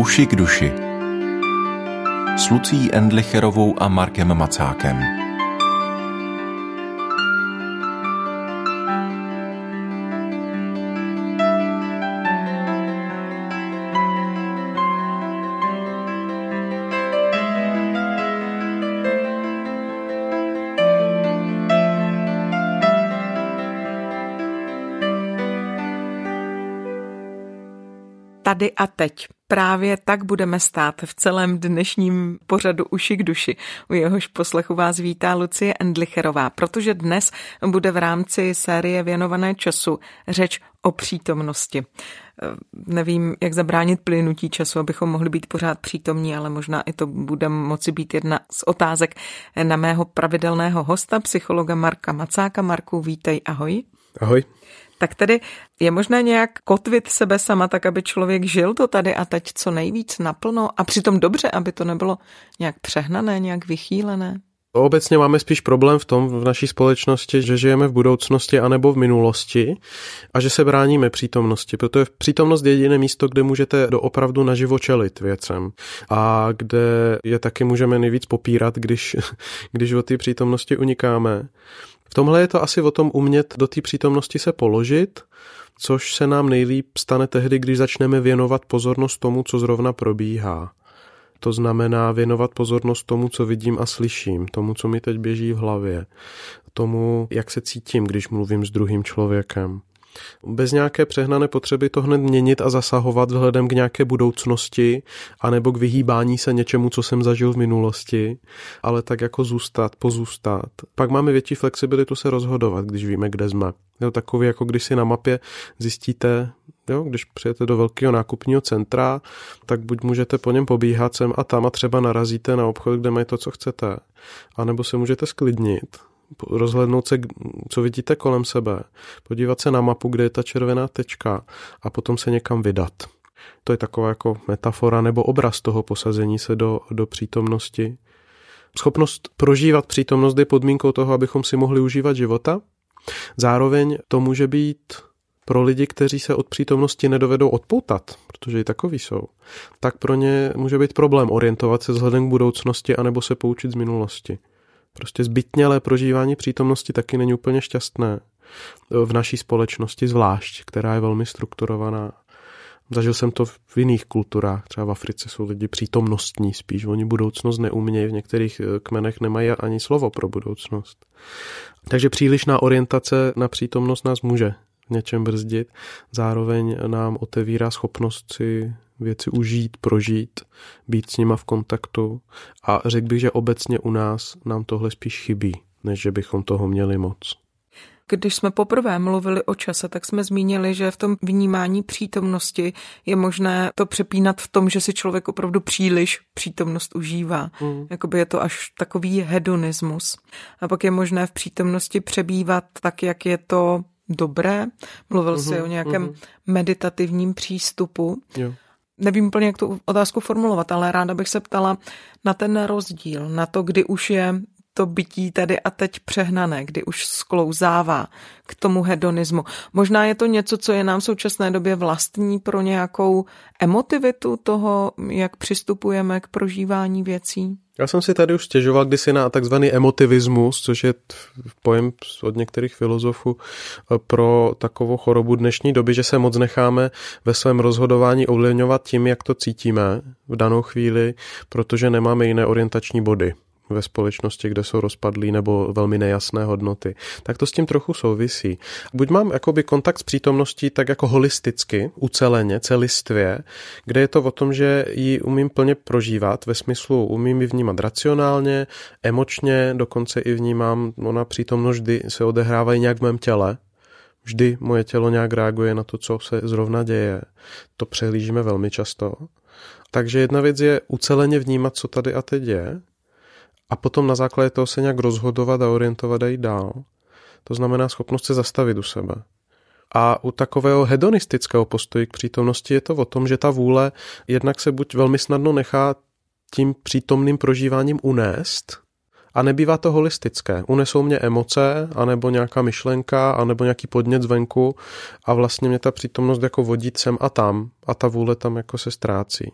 Uši k duši s Lucií Endlicherovou a Markem Macákem. Tady a teď. Právě tak budeme stát v celém dnešním pořadu Uši k duši. U jehož poslechu vás vítá Lucie Endlicherová, protože dnes bude v rámci série Věnované času řeč o přítomnosti. Nevím, jak zabránit plynutí času, abychom mohli být pořád přítomní, ale možná i to bude moci být jedna z otázek na mého pravidelného hosta, psychologa Marka Macáka. Marku, vítej, ahoj. Ahoj. Tak tedy je možné nějak kotvit sebe sama tak, aby člověk žil to tady a teď co nejvíc naplno a přitom dobře, aby to nebylo nějak přehnané, nějak vychýlené? Obecně máme spíš problém v tom v naší společnosti, že žijeme v budoucnosti anebo v minulosti a že se bráníme přítomnosti, protože přítomnost je jediné místo, kde můžete doopravdu naživo čelit věcem a kde je taky můžeme nejvíc popírat, když od té přítomnosti unikáme. V tomhle je to asi o tom umět do té přítomnosti se položit, což se nám nejlíp stane tehdy, když začneme věnovat pozornost tomu, co zrovna probíhá. To znamená věnovat pozornost tomu, co vidím a slyším, tomu, co mi teď běží v hlavě, tomu, jak se cítím, když mluvím s druhým člověkem. Bez nějaké přehnané potřeby to hned měnit a zasahovat vzhledem k nějaké budoucnosti anebo k vyhýbání se něčemu, co jsem zažil v minulosti, ale tak jako pozůstat. Pak máme větší flexibilitu se rozhodovat, když víme, kde jsme. Je to takový, jako když si na mapě zjistíte, když přijete do velkého nákupního centra, tak buď můžete po něm pobíhat sem a tam a třeba narazíte na obchod, kde mají to, co chcete, anebo se můžete sklidnit, rozhlédnout se, co vidíte kolem sebe, podívat se na mapu, kde je ta červená tečka a potom se někam vydat. To je taková jako metafora nebo obraz toho posazení se do přítomnosti. Schopnost prožívat přítomnost je podmínkou toho, abychom si mohli užívat života. Zároveň to může být pro lidi, kteří se od přítomnosti nedovedou odpoutat, protože i takový jsou, tak pro ně může být problém orientovat se vzhledem k budoucnosti anebo se poučit z minulosti. Prostě zbytnělé prožívání přítomnosti taky není úplně šťastné. V naší společnosti zvlášť, která je velmi strukturovaná. Zažil jsem to v jiných kulturách, třeba v Africe jsou lidi přítomnostní spíš, oni budoucnost neumějí, v některých kmenech nemají ani slovo pro budoucnost. Takže přílišná orientace na přítomnost nás může v něčem brzdit, zároveň nám otevírá schopnost si věci užít, prožít, být s nima v kontaktu a řekl bych, že obecně u nás nám tohle spíš chybí, než že bychom toho měli moc. Když jsme poprvé mluvili o čase, tak jsme zmínili, že v tom vnímání přítomnosti je možné to přepínat v tom, že si člověk opravdu příliš přítomnost užívá. Jakoby je to až takový hedonismus. A pak je možné v přítomnosti přebývat tak, jak je to dobré. Mluvil jsi o nějakém meditativním přístupu. Jo. Nevím úplně, jak tu otázku formulovat, ale ráda bych se ptala na ten rozdíl, na to, kdy už je to bytí tady a teď přehnané, kdy už sklouzává k tomu hedonismu. Možná je to něco, co je nám v současné době vlastní pro nějakou emotivitu toho, jak přistupujeme k prožívání věcí? Já jsem si tady už stěžoval kdysi na takzvaný emotivismus, což je pojem od některých filozofů pro takovou chorobu dnešní doby, že se moc necháme ve svém rozhodování ovlivňovat tím, jak to cítíme v danou chvíli, protože nemáme jiné orientační body ve společnosti, kde jsou rozpadlí nebo velmi nejasné hodnoty. Tak to s tím trochu souvisí. Buď mám jakoby kontakt s přítomností tak jako holisticky, uceleně, celistvě, kde je to o tom, že ji umím plně prožívat, ve smyslu umím ji vnímat racionálně, emočně, dokonce i vnímám, ona přítomnost vždy se odehrává nějak v mém těle. Vždy moje tělo nějak reaguje na to, co se zrovna děje. To přehlížíme velmi často. Takže jedna věc je uceleně vnímat, co tady a teď je, a potom na základě toho se nějak rozhodovat a orientovat a jít dál. To znamená schopnost se zastavit u sebe. A u takového hedonistického postoje k přítomnosti je to o tom, že ta vůle jednak se buď velmi snadno nechá tím přítomným prožíváním unést, a nebývá to holistické. Unesou mě emoce, anebo nějaká myšlenka, anebo nějaký podnět zvenku a vlastně mě ta přítomnost jako vodí sem a tam a ta vůle tam jako se ztrácí.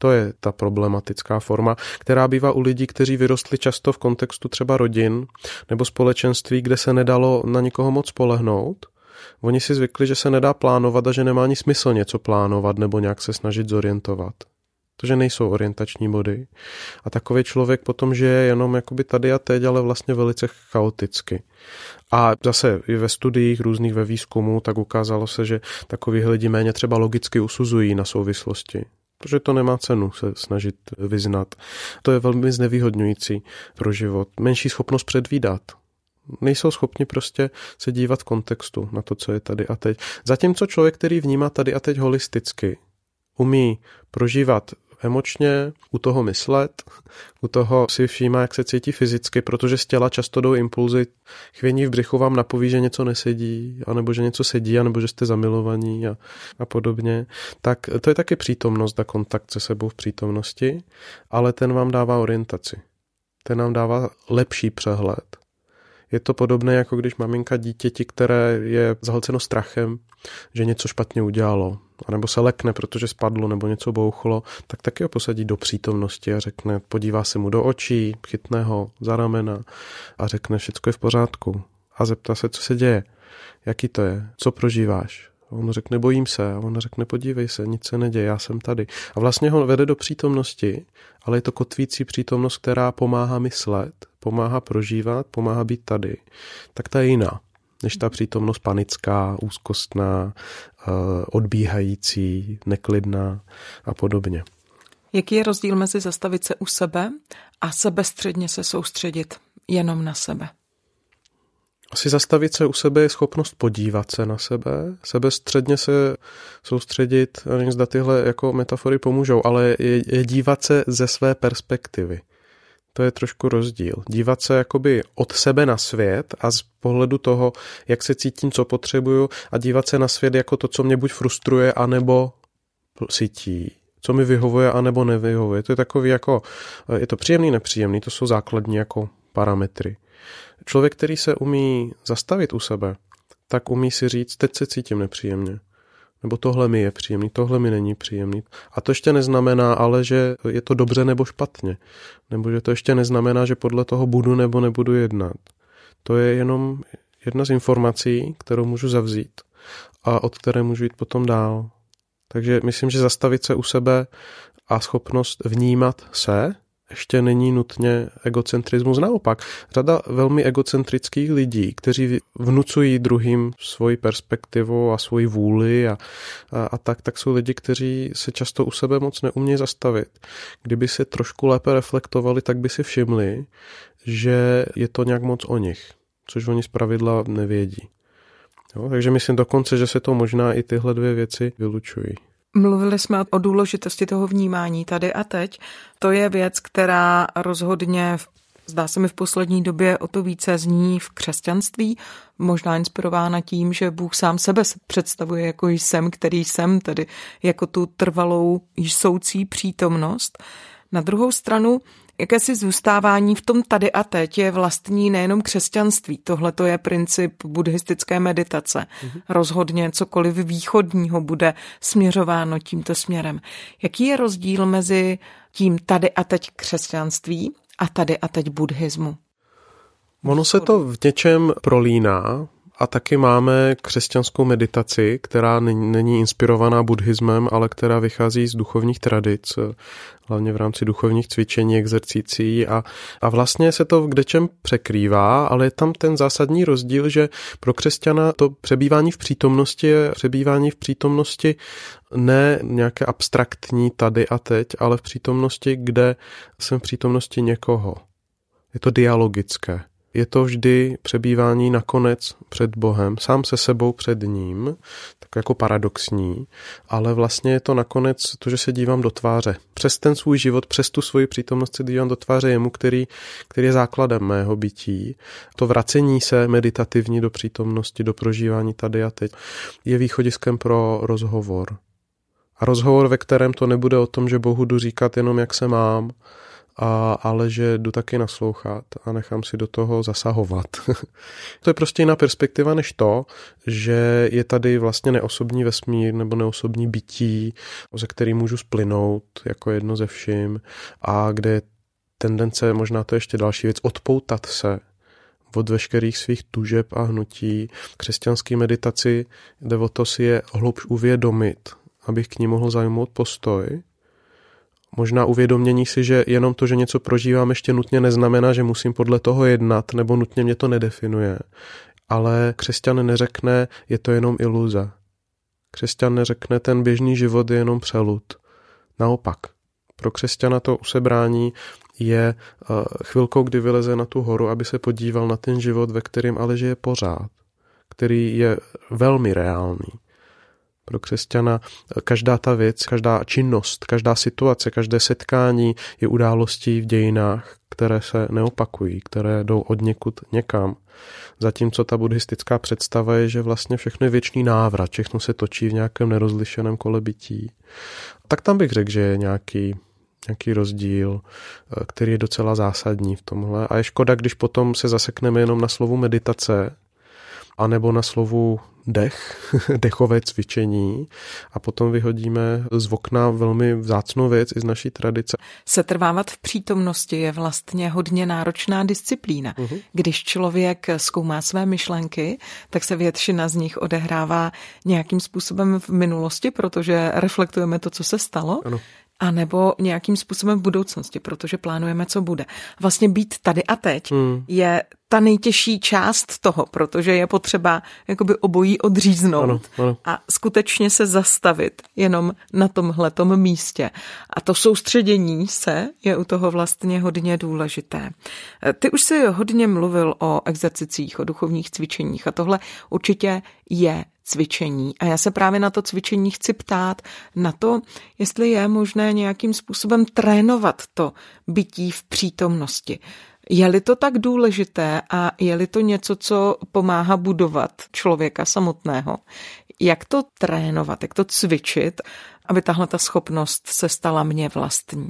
To je ta problematická forma, která bývá u lidí, kteří vyrostli často v kontextu třeba rodin nebo společenství, kde se nedalo na nikoho moc spolehnout. Oni si zvykli, že se nedá plánovat a že nemá ani smysl něco plánovat nebo nějak se snažit zorientovat. Protože nejsou orientační body. A takový člověk potom žije jenom jakoby tady a teď, ale vlastně velice chaoticky. A zase i ve studiích různých ve výzkumu tak ukázalo se, že takový lidi méně třeba logicky usuzují na souvislosti. Protože to nemá cenu se snažit vyznat. To je velmi znevýhodňující pro život. Menší schopnost předvídat. Nejsou schopni prostě se dívat v kontextu na to, co je tady a teď. Zatímco člověk, který vnímá tady a teď holisticky, umí prožívat emočně, u toho myslet, u toho si všímá, jak se cítí fyzicky, protože z těla často jdou impulzy. Chvění v břichu vám napoví, že něco nesedí, anebo že něco sedí, anebo že jste zamilovaní a podobně. Tak to je taky přítomnost a kontakt se sebou v přítomnosti, ale ten vám dává orientaci. Ten nám dává lepší přehled. Je to podobné, jako když maminka dítěti, které je zahlceno strachem, že něco špatně udělalo, anebo se lekne, protože spadlo, nebo něco bouchlo, tak taky ho posadí do přítomnosti a řekne, podívá se mu do očí, chytne ho za ramena a řekne, všecko je v pořádku. A zeptá se, co se děje, jaký to je, co prožíváš. A on řekne, bojím se. A on řekne, podívej se, nic se neděje, já jsem tady. A vlastně ho vede do přítomnosti, ale je to kotvící přítomnost, která pomáhá myslet, pomáhá prožívat, pomáhá být tady. Tak ta je jiná, než ta přítomnost panická, úzkostná, odbíhající, neklidná a podobně. Jaký je rozdíl mezi zastavit se u sebe a sebestředně se soustředit jenom na sebe? Asi zastavit se u sebe je schopnost podívat se na sebe, sebestředně se soustředit, nevím, zda tyhle jako metafory pomůžou, ale je dívat se ze své perspektivy. To je trošku rozdíl. Dívat se jakoby od sebe na svět a z pohledu toho, jak se cítím, co potřebuju, a dívat se na svět jako to, co mě buď frustruje, anebo sytí. Co mi vyhovuje, anebo nevyhovuje. To je takový jako, je to příjemný, nepříjemný, to jsou základní jako parametry. Člověk, který se umí zastavit u sebe, tak umí si říct, teď se cítím nepříjemně. Nebo tohle mi je příjemný, tohle mi není příjemný. A to ještě neznamená ale, že je to dobře nebo špatně. Nebo že to ještě neznamená, že podle toho budu nebo nebudu jednat. To je jenom jedna z informací, kterou můžu zavzít a od které můžu jít potom dál. Takže myslím, že zastavit se u sebe a schopnost vnímat se ještě není nutně egocentrismus. Naopak, řada velmi egocentrických lidí, kteří vnucují druhým svoji perspektivu a svoji vůli a tak jsou lidi, kteří se často u sebe moc neumějí zastavit. Kdyby se trošku lépe reflektovali, tak by si všimli, že je to nějak moc o nich, což oni zpravidla nevědí. Jo, takže myslím dokonce, že se to možná i tyhle dvě věci vylučují. Mluvili jsme o důležitosti toho vnímání tady a teď. To je věc, která rozhodně, zdá se mi v poslední době o to více zní v křesťanství, možná inspirována tím, že Bůh sám sebe představuje jako jsem, který jsem, tedy jako tu trvalou jsoucí přítomnost. Na druhou stranu, jakési zůstávání v tom tady a teď je vlastní nejenom křesťanství. Tohle to je princip buddhistické meditace. Rozhodně cokoliv východního bude směřováno tímto směrem. Jaký je rozdíl mezi tím tady a teď křesťanství a tady a teď buddhismu? Ono se to v něčem prolíná. A taky máme křesťanskou meditaci, která není inspirovaná buddhismem, ale která vychází z duchovních tradic, hlavně v rámci duchovních cvičení, exercicí a vlastně se to v kdečem překrývá, ale je tam ten zásadní rozdíl, že pro křesťana to přebývání v přítomnosti je přebývání v přítomnosti ne nějaké abstraktní tady a teď, ale v přítomnosti, kde jsem v přítomnosti někoho. Je to dialogické. Je to vždy přebývání nakonec před Bohem, sám se sebou před ním, tak jako paradoxní, ale vlastně je to nakonec to, že se dívám do tváře. Přes ten svůj život, přes tu svoji přítomnost se dívám do tváře jemu, který je základem mého bytí. To vracení se meditativní do přítomnosti, do prožívání tady a teď je východiskem pro rozhovor. A rozhovor, ve kterém to nebude o tom, že Bohu jdu říkat jenom, jak se mám, ale že jdu taky naslouchat a nechám si do toho zasahovat. To je prostě jiná perspektiva než to, že je tady vlastně neosobní vesmír nebo neosobní bytí, ze který můžu splynout jako jedno ze vším a kde je tendence, možná to je ještě další věc, odpoutat se od veškerých svých tužeb a hnutí. Křesťanský meditaci jde o to si je hloubš uvědomit, abych k ní mohl zaujmout postoj. Možná uvědomění si, že jenom to, že něco prožívám, ještě nutně neznamená, že musím podle toho jednat, nebo nutně mě to nedefinuje. Ale křesťan neřekne, je to jenom iluze. Křesťan neřekne, ten běžný život je jenom přelud. Naopak, pro křesťana to usebrání je chvilkou, kdy vyleze na tu horu, aby se podíval na ten život, ve kterém ale žije pořád, který je velmi reálný. Pro křesťana každá ta věc, každá činnost, každá situace, každé setkání je událostí v dějinách, které se neopakují, které jdou od někud někam. Zatímco ta buddhistická představa je, že vlastně všechno je věčný návrat, všechno se točí v nějakém nerozlišeném kole bytí. Tak tam bych řekl, že je nějaký rozdíl, který je docela zásadní v tomhle. A je škoda, když potom se zasekneme jenom na slovu meditace, anebo na slovu dechové cvičení a potom vyhodíme z okna velmi vzácnou věc i z naší tradice. Setrvávat v přítomnosti je vlastně hodně náročná disciplína. Když člověk zkoumá své myšlenky, tak se většina z nich odehrává nějakým způsobem v minulosti, protože reflektujeme to, co se stalo. Ano. A nebo nějakým způsobem v budoucnosti, protože plánujeme, co bude. Vlastně být tady a teď je ta nejtěžší část toho, protože je potřeba jakoby obojí odříznout a skutečně se zastavit jenom na tomhletom místě. A to soustředění se je u toho vlastně hodně důležité. Ty už jsi hodně mluvil o exercicích, o duchovních cvičeních a tohle určitě je cvičení. A já se právě na to cvičení chci ptát, na to, jestli je možné nějakým způsobem trénovat to bytí v přítomnosti. Je-li to tak důležité a je-li to něco, co pomáhá budovat člověka samotného, jak to trénovat, jak to cvičit, aby tahle ta schopnost se stala mně vlastní?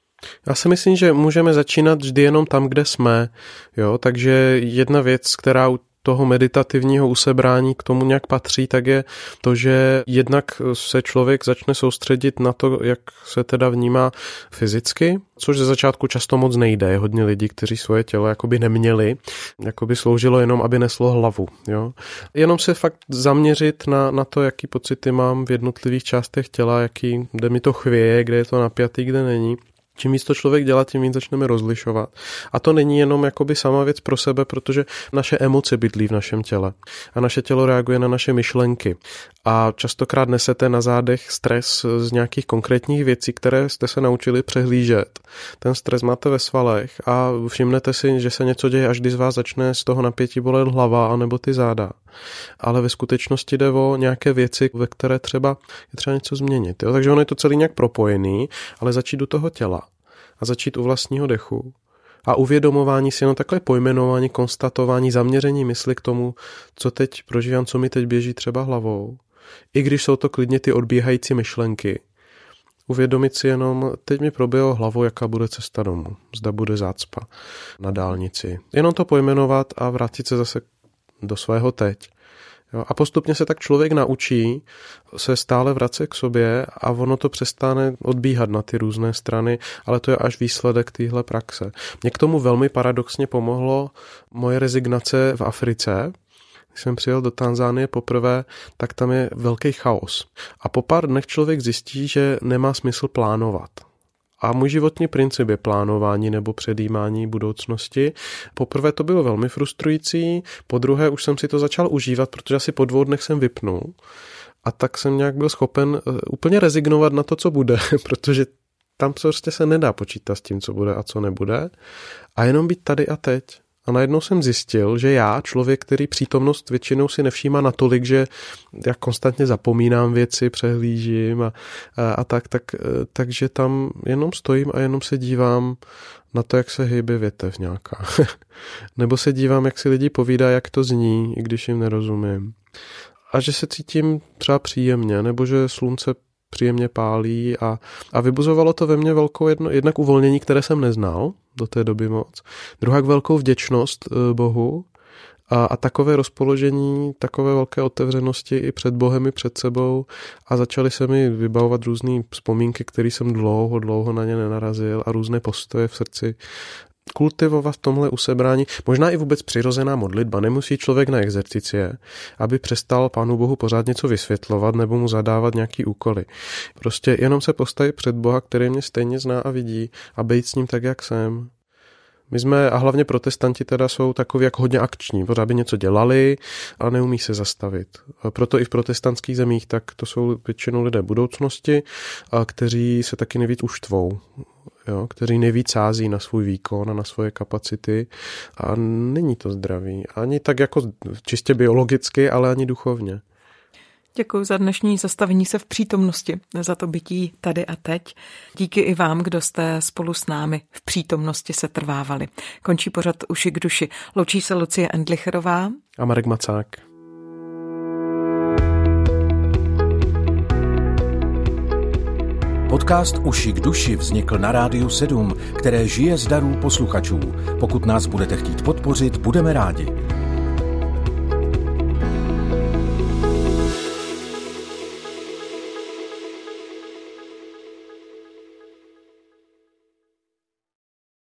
Já si myslím, že můžeme začínat vždy jenom tam, kde jsme. Jo? Takže jedna věc, která u toho meditativního usebrání k tomu nějak patří, tak je to, že jednak se člověk začne soustředit na to, jak se teda vnímá fyzicky, což ze začátku často moc nejde. Je hodně lidí, kteří svoje tělo jakoby neměli, jakoby sloužilo jenom, aby neslo hlavu. Jo? Jenom se fakt zaměřit na to, jaký pocity mám v jednotlivých částech těla, kde mi to chvěje, kde je to napjatý, kde není. Čím víc to člověk dělá, tím víc začneme rozlišovat. A to není jenom jakoby sama věc pro sebe, protože naše emoce bydlí v našem těle. A naše tělo reaguje na naše myšlenky. A častokrát nesete na zádech stres z nějakých konkrétních věcí, které jste se naučili přehlížet. Ten stres máte ve svalech a všimnete si, že se něco děje, až když z vás začne z toho napětí bolet hlava anebo ty záda. Ale ve skutečnosti jde o nějaké věci, ve které je třeba něco změnit. Jo? Takže ono je to celý nějak propojený, ale začít u toho těla a začít u vlastního dechu. A uvědomování si, takové pojmenování, konstatování, zaměření mysli k tomu, co teď prožívám, co mi teď běží třeba hlavou. I když jsou to klidně ty odbíhající myšlenky. Uvědomit si jenom, teď mi proběhlo hlavou, jaká bude cesta domů. Zda bude zácpa na dálnici. Jenom to pojmenovat a vrátit se zase do svého teď. Jo, a postupně se tak člověk naučí se stále vracet k sobě a ono to přestane odbíhat na ty různé strany, ale to je až výsledek téhle praxe. Mně k tomu velmi paradoxně pomohlo moje rezignace v Africe. Když jsem přijel do Tanzánie poprvé, tak tam je velký chaos. A po pár dnech člověk zjistí, že nemá smysl plánovat. A můj životní princip je plánování nebo předjímání budoucnosti. Poprvé to bylo velmi frustrující, po druhé už jsem si to začal užívat, protože asi po 2 dnech jsem vypnul. A tak jsem nějak byl schopen úplně rezignovat na to, co bude, protože tam prostě se nedá počítat s tím, co bude a co nebude. A jenom být tady a teď. A najednou jsem zjistil, že já, člověk, který přítomnost většinou si nevšímá natolik, že já konstantně zapomínám věci, přehlížím takže tam jenom stojím a jenom se dívám na to, jak se hýbe větev nějaká. Nebo se dívám, jak si lidi povídají, jak to zní, i když jim nerozumím. A že se cítím třeba příjemně, nebo že slunce nepříjemně pálí a vybuzovalo to ve mně velkou jednak uvolnění, které jsem neznal do té doby moc, druhá velkou vděčnost Bohu a takové rozpoložení, takové velké otevřenosti i před Bohem, i před sebou a začaly se mi vybavovat různé vzpomínky, které jsem dlouho na ně nenarazil a různé postoje v srdci. Kultivovat v tomhle usebrání, možná i vůbec přirozená modlitba. Nemusí člověk na exercicie, aby přestal Pánu Bohu pořád něco vysvětlovat nebo mu zadávat nějaký úkoly. Prostě jenom se postavit před Boha, který mě stejně zná a vidí a být s ním tak, jak jsem. My jsme, a hlavně protestanti teda jsou takový jako hodně akční, pořád by něco dělali a neumí se zastavit. A proto i v protestantských zemích tak to jsou většinou lidé budoucnosti, a kteří se taky nejvíc uštvou, jo, kteří nejvíc sází na svůj výkon a na svoje kapacity a není to zdravý. Ani tak jako čistě biologicky, ale ani duchovně. Děkuji za dnešní zastavení se v přítomnosti, za to bytí tady a teď. Díky i vám, kdo jste spolu s námi v přítomnosti se trvávali. Končí pořad Uši k duši. Loučí se Lucie Endlicherová a Marek Macák. Podcast Uši k duši vznikl na Rádiu 7, které žije z darů posluchačů. Pokud nás budete chtít podpořit, budeme rádi.